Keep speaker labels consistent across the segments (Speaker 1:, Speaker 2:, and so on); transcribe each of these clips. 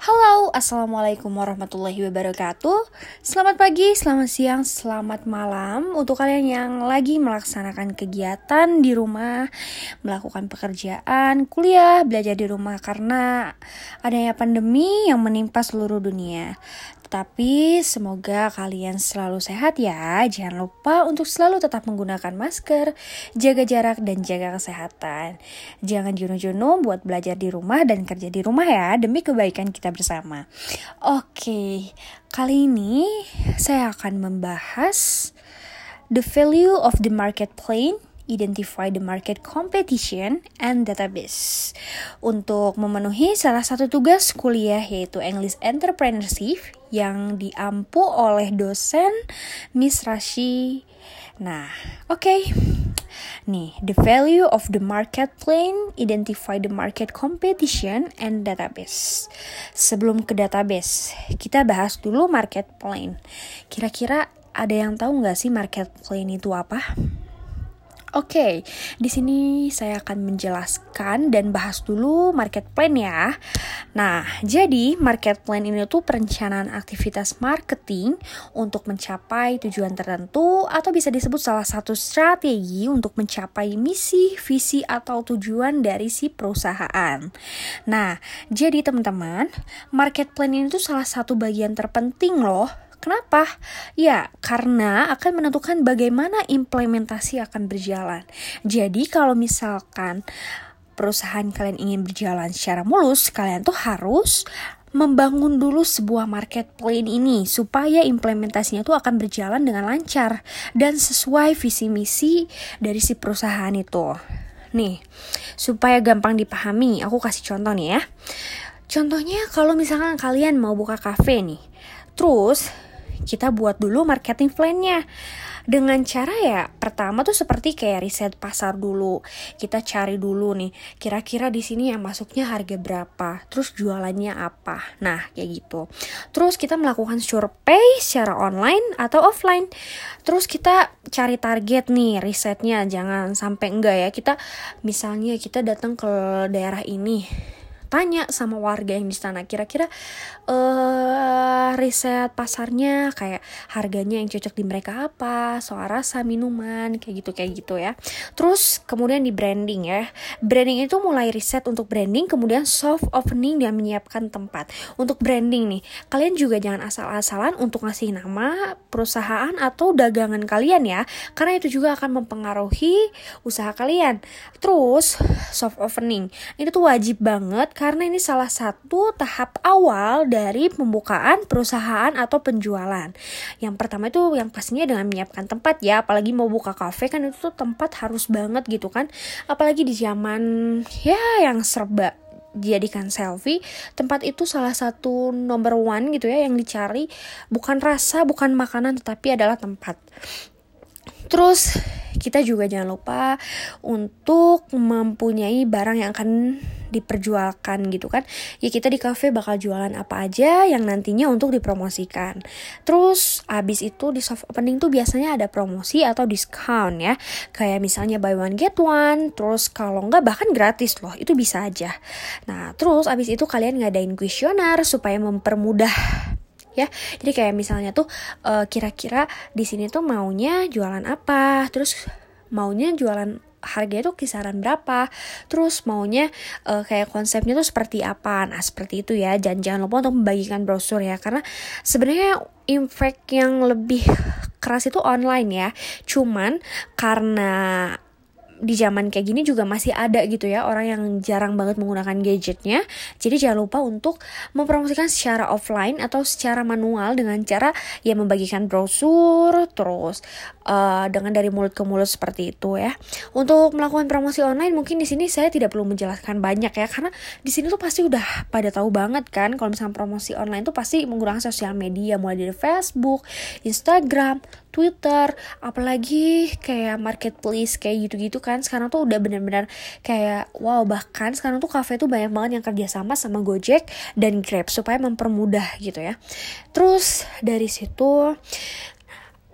Speaker 1: Halo, Assalamualaikum warahmatullahi wabarakatuh. Selamat pagi, selamat siang, selamat malam untuk kalian yang lagi melaksanakan kegiatan di rumah, melakukan pekerjaan, kuliah, belajar di rumah karena adanya pandemi yang menimpa seluruh dunia. Tapi semoga kalian selalu sehat ya. Jangan lupa untuk selalu tetap menggunakan masker, jaga jarak dan jaga kesehatan. Jangan jenuh-jenuh buat belajar di rumah dan kerja di rumah ya, demi kebaikan kita bersama. Oke, kali ini saya akan membahas the value of the market plan, identify the market competition, and database. Untuk memenuhi salah satu tugas kuliah yaitu English Entrepreneurship yang diampu oleh dosen Miss Rashi. Nah, oke. Nih, the value of the market plan, identify the market competition, and database. Sebelum ke database, kita bahas dulu market plan. Kira-kira ada yang tahu nggak sih market plan itu apa? Oke, di sini saya akan menjelaskan dan bahas dulu market plan ya. Nah, jadi market plan ini tuh perencanaan aktivitas marketing untuk mencapai tujuan tertentu atau bisa disebut salah satu strategi untuk mencapai misi, visi atau tujuan dari si perusahaan. Nah, jadi teman-teman, market plan ini tuh salah satu bagian terpenting loh. Kenapa? Ya, karena akan menentukan bagaimana implementasi akan berjalan. Jadi kalau misalkan perusahaan kalian ingin berjalan secara mulus, kalian tuh harus membangun dulu sebuah market plan ini supaya implementasinya tuh akan berjalan dengan lancar dan sesuai visi misi dari si perusahaan itu. Nih, supaya gampang dipahami, aku kasih contoh nih ya. Contohnya kalau misalkan kalian mau buka kafe nih, terus kita buat dulu marketing plan-nya. Dengan cara ya, pertama tuh seperti kayak riset pasar dulu. Kita cari dulu nih, kira-kira di sini yang masuknya harga berapa, terus jualannya apa. Nah, kayak gitu. Terus kita melakukan survei secara online atau offline. Terus kita cari target nih, risetnya jangan sampai enggak ya. Misalnya kita datang ke daerah ini, tanya sama warga yang di sana kira-kira riset pasarnya kayak harganya yang cocok di mereka apa, soal rasa minuman kayak gitu ya. Terus kemudian di branding ya. Branding itu mulai riset untuk branding, kemudian soft opening dan menyiapkan tempat. Untuk branding nih, kalian juga jangan asal-asalan untuk ngasih nama perusahaan atau dagangan kalian ya, karena itu juga akan mempengaruhi usaha kalian. Terus soft opening ini tuh wajib banget karena ini salah satu tahap awal dari pembukaan perusahaan atau penjualan. Yang pertama itu yang pastinya dengan menyiapkan tempat ya, apalagi mau buka kafe kan itu tuh tempat harus banget gitu kan. Apalagi di zaman ya yang serba jadikan selfie, tempat itu salah satu number one gitu ya yang dicari, bukan rasa, bukan makanan, tetapi adalah tempat. Terus kita juga jangan lupa untuk mempunyai barang yang akan diperjualkan gitu kan. Ya kita di cafe bakal jualan apa aja yang nantinya untuk dipromosikan. Terus abis itu di soft opening tuh biasanya ada promosi atau diskon ya. Kayak misalnya buy one get one, terus kalau enggak bahkan gratis loh, itu bisa aja. Nah terus abis itu kalian ngadain kuesioner supaya mempermudah ya. Jadi kayak misalnya tuh kira-kira di sini tuh maunya jualan apa, terus maunya jualan harganya tuh kisaran berapa, terus maunya kayak konsepnya tuh seperti apa. Nah seperti itu ya. Jangan lupa untuk membagikan brosur ya, karena sebenarnya impact yang lebih keras itu online ya. Cuman karena di zaman kayak gini juga masih ada gitu ya orang yang jarang banget menggunakan gadgetnya. Jadi jangan lupa untuk mempromosikan secara offline atau secara manual dengan cara ya membagikan brosur, terus dengan dari mulut ke mulut seperti itu ya. Untuk melakukan promosi online mungkin di sini saya tidak perlu menjelaskan banyak ya, karena di sini tuh pasti udah pada tahu banget kan kalau misalnya promosi online tuh pasti menggunakan sosial media, mulai dari Facebook, Instagram, Twitter, apalagi kayak marketplace kayak gitu-gitu kan. Sekarang tuh udah benar-benar kayak wow, bahkan sekarang tuh cafe tuh banyak banget yang kerjasama sama Gojek dan Grab supaya mempermudah gitu ya. Terus dari situ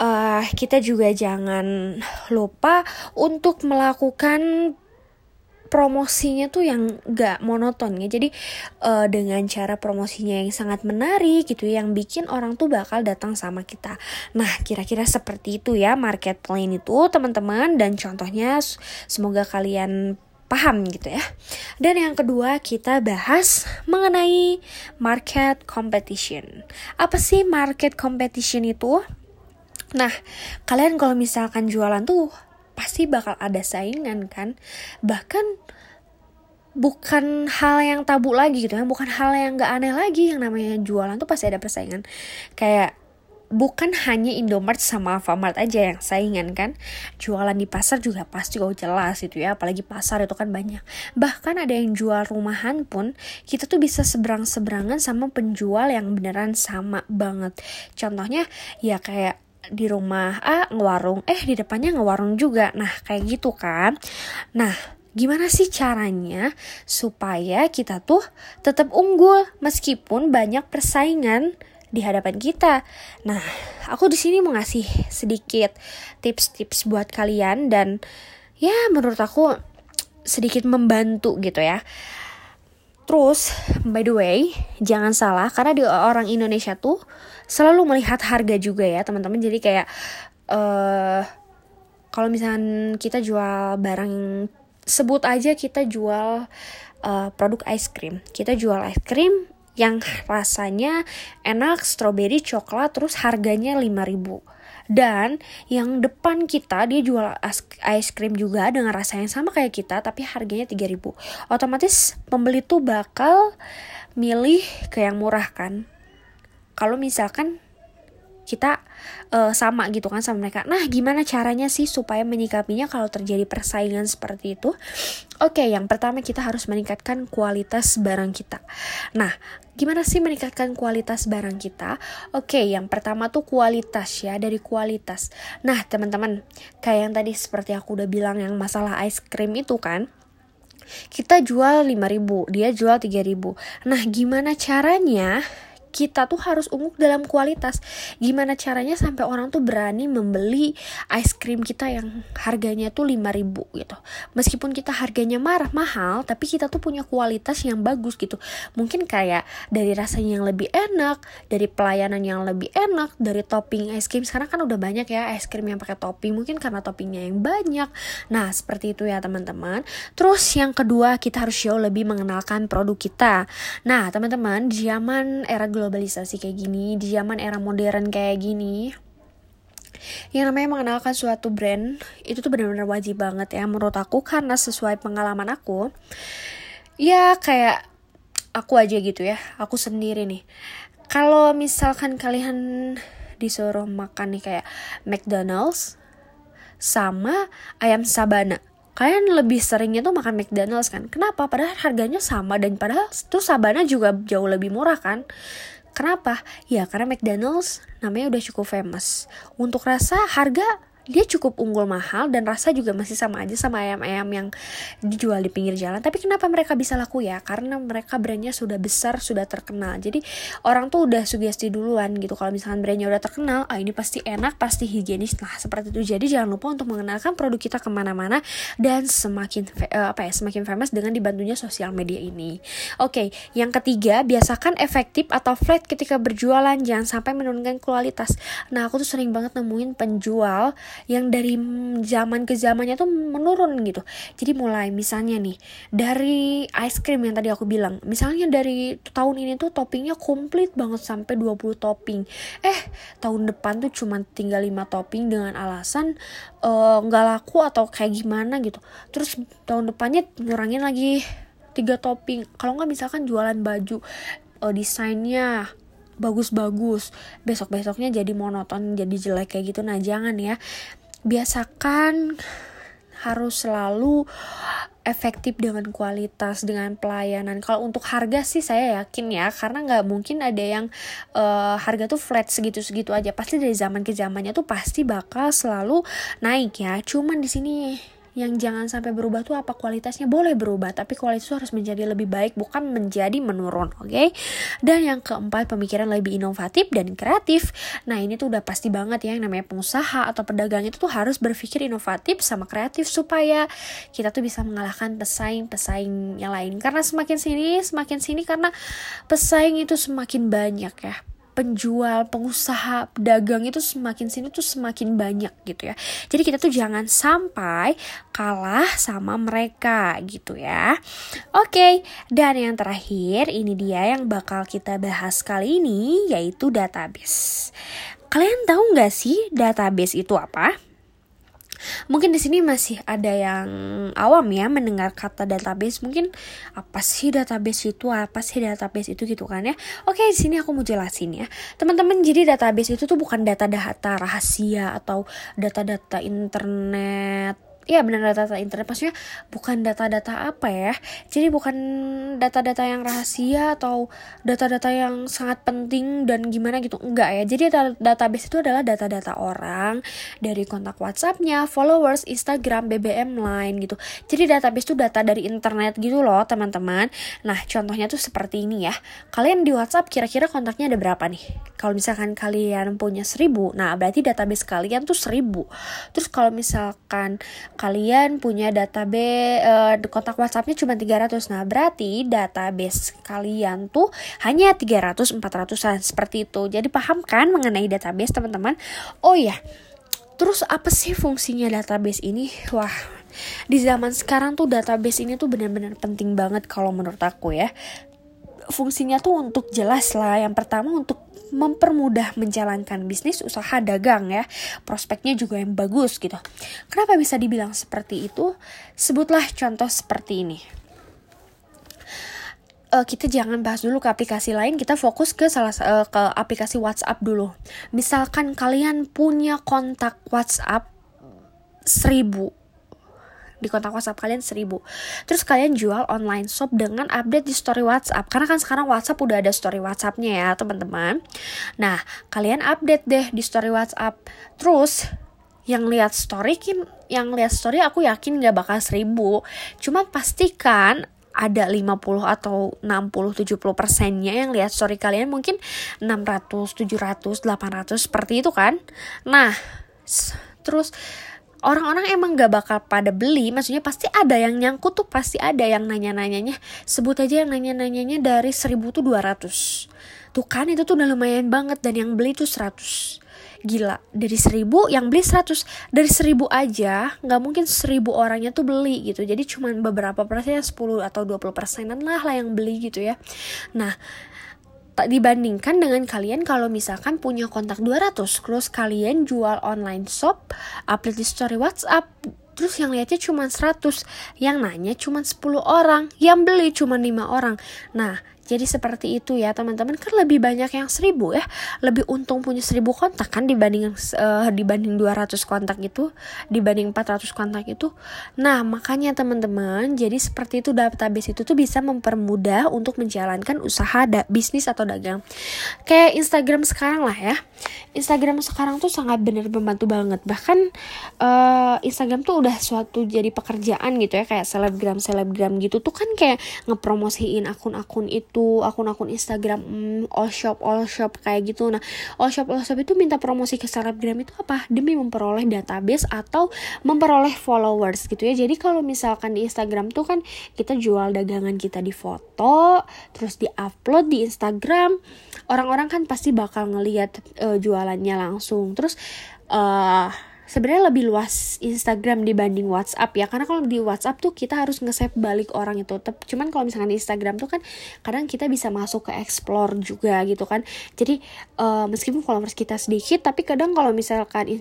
Speaker 1: kita juga jangan lupa untuk melakukan promosinya tuh yang gak monoton ya. Jadi dengan cara promosinya yang sangat menarik gitu ya, yang bikin orang tuh bakal datang sama kita. Nah, kira-kira seperti itu ya market plan itu teman-teman, dan contohnya semoga kalian paham gitu ya. Dan yang kedua kita bahas mengenai market competition. Apa sih market competition itu? Nah, kalian kalau misalkan jualan tuh pasti bakal ada saingan kan. Bahkan bukan hal yang tabu lagi gitu ya, bukan hal yang gak aneh lagi, yang namanya jualan tuh pasti ada persaingan. Kayak bukan hanya Indomart sama Alfamart aja yang saingan kan. Jualan di pasar juga pasti jelas gitu ya. Apalagi pasar itu kan banyak. Bahkan ada yang jual rumahan pun, kita tuh bisa seberang-seberangan sama penjual yang beneran sama banget. Contohnya ya kayak di rumah ngewarung, di depannya ngewarung juga. Nah kayak gitu kan. Nah, gimana sih caranya supaya kita tuh tetap unggul meskipun banyak persaingan di hadapan kita? Nah, aku di sini mau ngasih sedikit tips-tips buat kalian, dan ya menurut aku sedikit membantu gitu ya. Terus, by the way, jangan salah karena di orang Indonesia tuh selalu melihat harga juga ya, teman-teman. Jadi kayak kalau misalnya kita jual barang, sebut aja kita jual produk ice cream. Kita jual ice cream yang rasanya enak, strawberry, coklat, terus harganya 5.000. Dan yang depan kita dia jual ice cream juga dengan rasa yang sama kayak kita, tapi harganya 3.000. Otomatis pembeli tuh bakal milih ke yang murah kan. Kalau misalkan kita sama gitu kan sama mereka. Nah, gimana caranya sih supaya menyikapinya kalau terjadi persaingan seperti itu? Oke, yang pertama kita harus meningkatkan kualitas barang kita. Nah, gimana sih meningkatkan kualitas barang kita? Oke, yang pertama tuh kualitas ya, dari kualitas. Nah, teman-teman, kayak yang tadi seperti aku udah bilang yang masalah ice cream itu kan, kita jual 5.000, dia jual 3.000. Nah, gimana caranya kita tuh harus unggul dalam kualitas? Gimana caranya sampai orang tuh berani membeli ice cream kita yang harganya tuh 5.000 gitu. Meskipun kita harganya mahal, tapi kita tuh punya kualitas yang bagus gitu. Mungkin kayak dari rasanya yang lebih enak, dari pelayanan yang lebih enak, dari topping ice cream. Sekarang kan udah banyak ya ice cream yang pakai topping, mungkin karena toppingnya yang banyak. Nah, seperti itu ya teman-teman. Terus yang kedua, kita harus jauh lebih mengenalkan produk kita. Nah, teman-teman, di zaman era globalisasi kayak gini, di zaman era modern kayak gini, yang namanya mengenalkan suatu brand itu tuh benar-benar wajib banget ya menurut aku, karena sesuai pengalaman aku. Ya kayak aku aja gitu ya, aku sendiri nih. Kalau misalkan kalian disuruh makan nih kayak McDonald's sama ayam Sabana, kalian lebih seringnya tuh makan McDonald's kan? Kenapa? Padahal harganya sama, dan padahal tuh Sabana juga jauh lebih murah kan? Kenapa? Ya karena McDonald's namanya udah cukup famous. Untuk rasa, harga dia cukup unggul mahal, dan rasa juga masih sama aja sama ayam-ayam yang dijual di pinggir jalan. Tapi kenapa mereka bisa laku ya? Karena mereka brandnya sudah besar, sudah terkenal. Jadi orang tuh udah sugesti duluan gitu. Kalau misalkan brandnya udah terkenal, ini pasti enak, pasti higienis. Nah seperti itu. Jadi jangan lupa untuk mengenalkan produk kita kemana-mana, dan semakin semakin famous dengan dibantunya sosial media ini. Oke, yang ketiga, biasakan efektif atau flat ketika berjualan. Jangan sampai menurunkan kualitas. Nah aku tuh sering banget nemuin penjual yang dari zaman ke zamannya tuh menurun gitu. Jadi mulai misalnya nih dari ice cream yang tadi aku bilang, misalnya dari tahun ini tuh toppingnya komplit banget sampai 20 topping. Tahun depan tuh cuma tinggal 5 topping dengan alasan gak laku atau kayak gimana gitu. Terus tahun depannya ngurangin lagi 3 topping. Kalau gak misalkan jualan baju, desainnya bagus-bagus, besok-besoknya jadi monoton, jadi jelek kayak gitu. Nah jangan ya, biasakan harus selalu efektif dengan kualitas, dengan pelayanan. Kalau untuk harga sih saya yakin ya, karena nggak mungkin ada yang harga tuh flat segitu-segitu aja. Pasti dari zaman ke zamannya tuh pasti bakal selalu naik ya. Cuman di sini Yang jangan sampai berubah tuh apa? Kualitasnya boleh berubah, tapi kualitas harus menjadi lebih baik, bukan menjadi menurun, oke? Dan yang keempat, pemikiran lebih inovatif dan kreatif. Nah, ini tuh udah pasti banget ya, yang namanya pengusaha atau pedagang itu tuh harus berpikir inovatif sama kreatif supaya kita tuh bisa mengalahkan pesaing-pesaing yang lain. Karena semakin sini karena pesaing itu semakin banyak ya. Penjual, pengusaha, pedagang itu semakin sini tuh semakin banyak gitu ya. Jadi kita tuh jangan sampai kalah sama mereka gitu ya. Oke, dan yang terakhir ini dia yang bakal kita bahas kali ini, yaitu database. Kalian tahu nggak sih database itu apa? Mungkin di sini masih ada yang awam ya mendengar kata database. Mungkin apa sih database itu gitu kan ya. Oke, di sini aku mau jelasin ya. Teman-teman, jadi database itu tuh bukan data-data rahasia atau data-data internet. Ya benar, data-data internet, maksudnya bukan data-data apa ya. Jadi bukan data-data yang rahasia atau data-data yang sangat penting dan gimana gitu, enggak ya. Jadi database itu adalah data-data orang dari kontak WhatsApp-nya, followers, Instagram, BBM, Line gitu. Jadi database itu data dari internet gitu loh teman-teman. Nah, contohnya tuh seperti ini ya. Kalian di WhatsApp kira-kira kontaknya ada berapa nih? Kalau misalkan kalian punya 1000, nah berarti database kalian tuh 1000. Terus kalau misalkan kalian punya database kontak WhatsApp-nya cuma 300. Nah, berarti database kalian tuh hanya 300-400an seperti itu. Jadi paham kan mengenai database, teman-teman? Oh ya. Terus apa sih fungsinya database ini? Wah, di zaman sekarang tuh database ini tuh benar-benar penting banget kalau menurut aku ya. Fungsinya tuh untuk jelas lah. Yang pertama untuk mempermudah menjalankan bisnis usaha dagang ya. Prospeknya juga yang bagus gitu. Kenapa bisa dibilang seperti itu? Sebutlah contoh seperti ini. Kita jangan bahas dulu ke aplikasi lain, kita fokus ke ke aplikasi WhatsApp dulu. Misalkan kalian punya kontak WhatsApp 1000. Di kontak WhatsApp kalian 1000. Terus kalian jual online shop dengan update di story WhatsApp. Karena kan sekarang WhatsApp udah ada story WhatsApp-nya ya teman-teman. Nah, kalian update deh di story WhatsApp. Terus yang lihat story aku yakin gak bakal 1000. Cuma pastikan ada 50 atau 60-70%-nya yang lihat story kalian mungkin 600, 700, 800 seperti itu kan. Nah, terus orang-orang emang gak bakal pada beli, maksudnya pasti ada yang nyangkut tuh, pasti ada yang nanya-nanyanya. Sebut aja yang nanya-nanyanya dari 1000 tuh 200. Tuh kan, itu tuh udah lumayan banget, dan yang beli tuh 100. Gila, dari 1000 yang beli 100. Dari 1000 aja gak mungkin 1000 orangnya tuh beli gitu. Jadi cuman beberapa persen, 10 atau 20%-an lah yang beli gitu ya. Nah, dibandingkan dengan kalian kalau misalkan punya kontak 200, terus kalian jual online shop, upload di story WhatsApp, terus yang lihatnya cuma 100, yang nanya cuma 10 orang, yang beli cuma 5 orang. Nah, jadi seperti itu ya teman-teman, kan lebih banyak yang 1000 ya, lebih untung punya 1000 kontak kan dibanding 200 kontak itu, dibanding 400 kontak itu. Nah, makanya teman-teman, jadi seperti itu database itu tuh bisa mempermudah untuk menjalankan usaha bisnis atau dagang. Kayak Instagram sekarang lah ya. Instagram sekarang tuh sangat benar membantu banget. Bahkan Instagram tuh udah suatu jadi pekerjaan gitu ya, kayak selebgram gitu tuh kan kayak ngepromosiin akun-akun itu, akun-akun Instagram all shop kayak gitu. Nah, all shop itu minta promosi ke selebgram itu apa? Demi memperoleh database atau memperoleh followers gitu ya. Jadi kalau misalkan di Instagram tuh kan kita jual dagangan kita di foto, terus di-upload di Instagram, orang-orang kan pasti bakal ngelihat jualannya langsung. Terus sebenarnya lebih luas Instagram dibanding WhatsApp ya, karena kalau di WhatsApp tuh kita harus nge-save balik orang itu. Cuman kalau misalkan di Instagram tuh kan kadang kita bisa masuk ke explore juga gitu kan. Jadi meskipun followers kita sedikit, tapi kadang kalau misalkan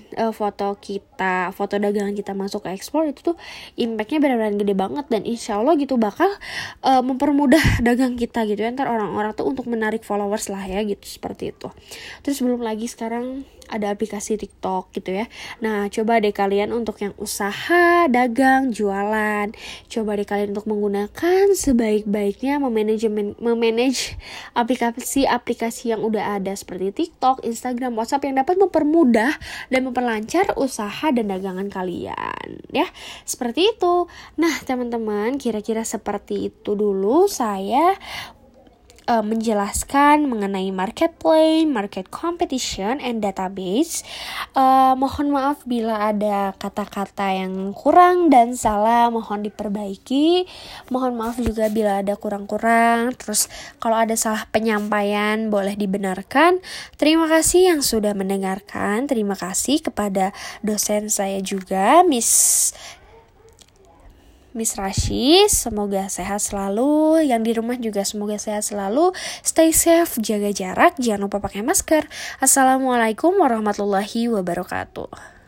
Speaker 1: foto dagangan kita masuk ke explore, itu tuh impactnya benar-benar gede banget, dan insya Allah gitu bakal mempermudah dagang kita gitu ya. Ntar orang-orang tuh untuk menarik followers lah ya gitu, seperti itu. Terus belum lagi sekarang
Speaker 2: ada aplikasi TikTok gitu ya. Nah, coba deh kalian untuk yang usaha, dagang, jualan, coba deh kalian untuk menggunakan sebaik-baiknya memanage aplikasi-aplikasi yang udah ada seperti TikTok, Instagram, WhatsApp yang dapat mempermudah dan memperlancar usaha dan dagangan kalian ya. Seperti itu. Nah, teman-teman, kira-kira seperti itu dulu saya menjelaskan mengenai marketplace, market competition, and database. Mohon maaf bila ada kata-kata yang kurang dan salah, mohon diperbaiki. Mohon maaf juga bila ada kurang-kurang. Terus kalau ada salah penyampaian boleh dibenarkan. Terima kasih yang sudah mendengarkan. Terima kasih kepada dosen saya juga, Miss Rashi, semoga sehat selalu. Yang di rumah juga semoga sehat selalu. Stay safe, jaga jarak, jangan lupa pakai masker. Assalamualaikum warahmatullahi wabarakatuh.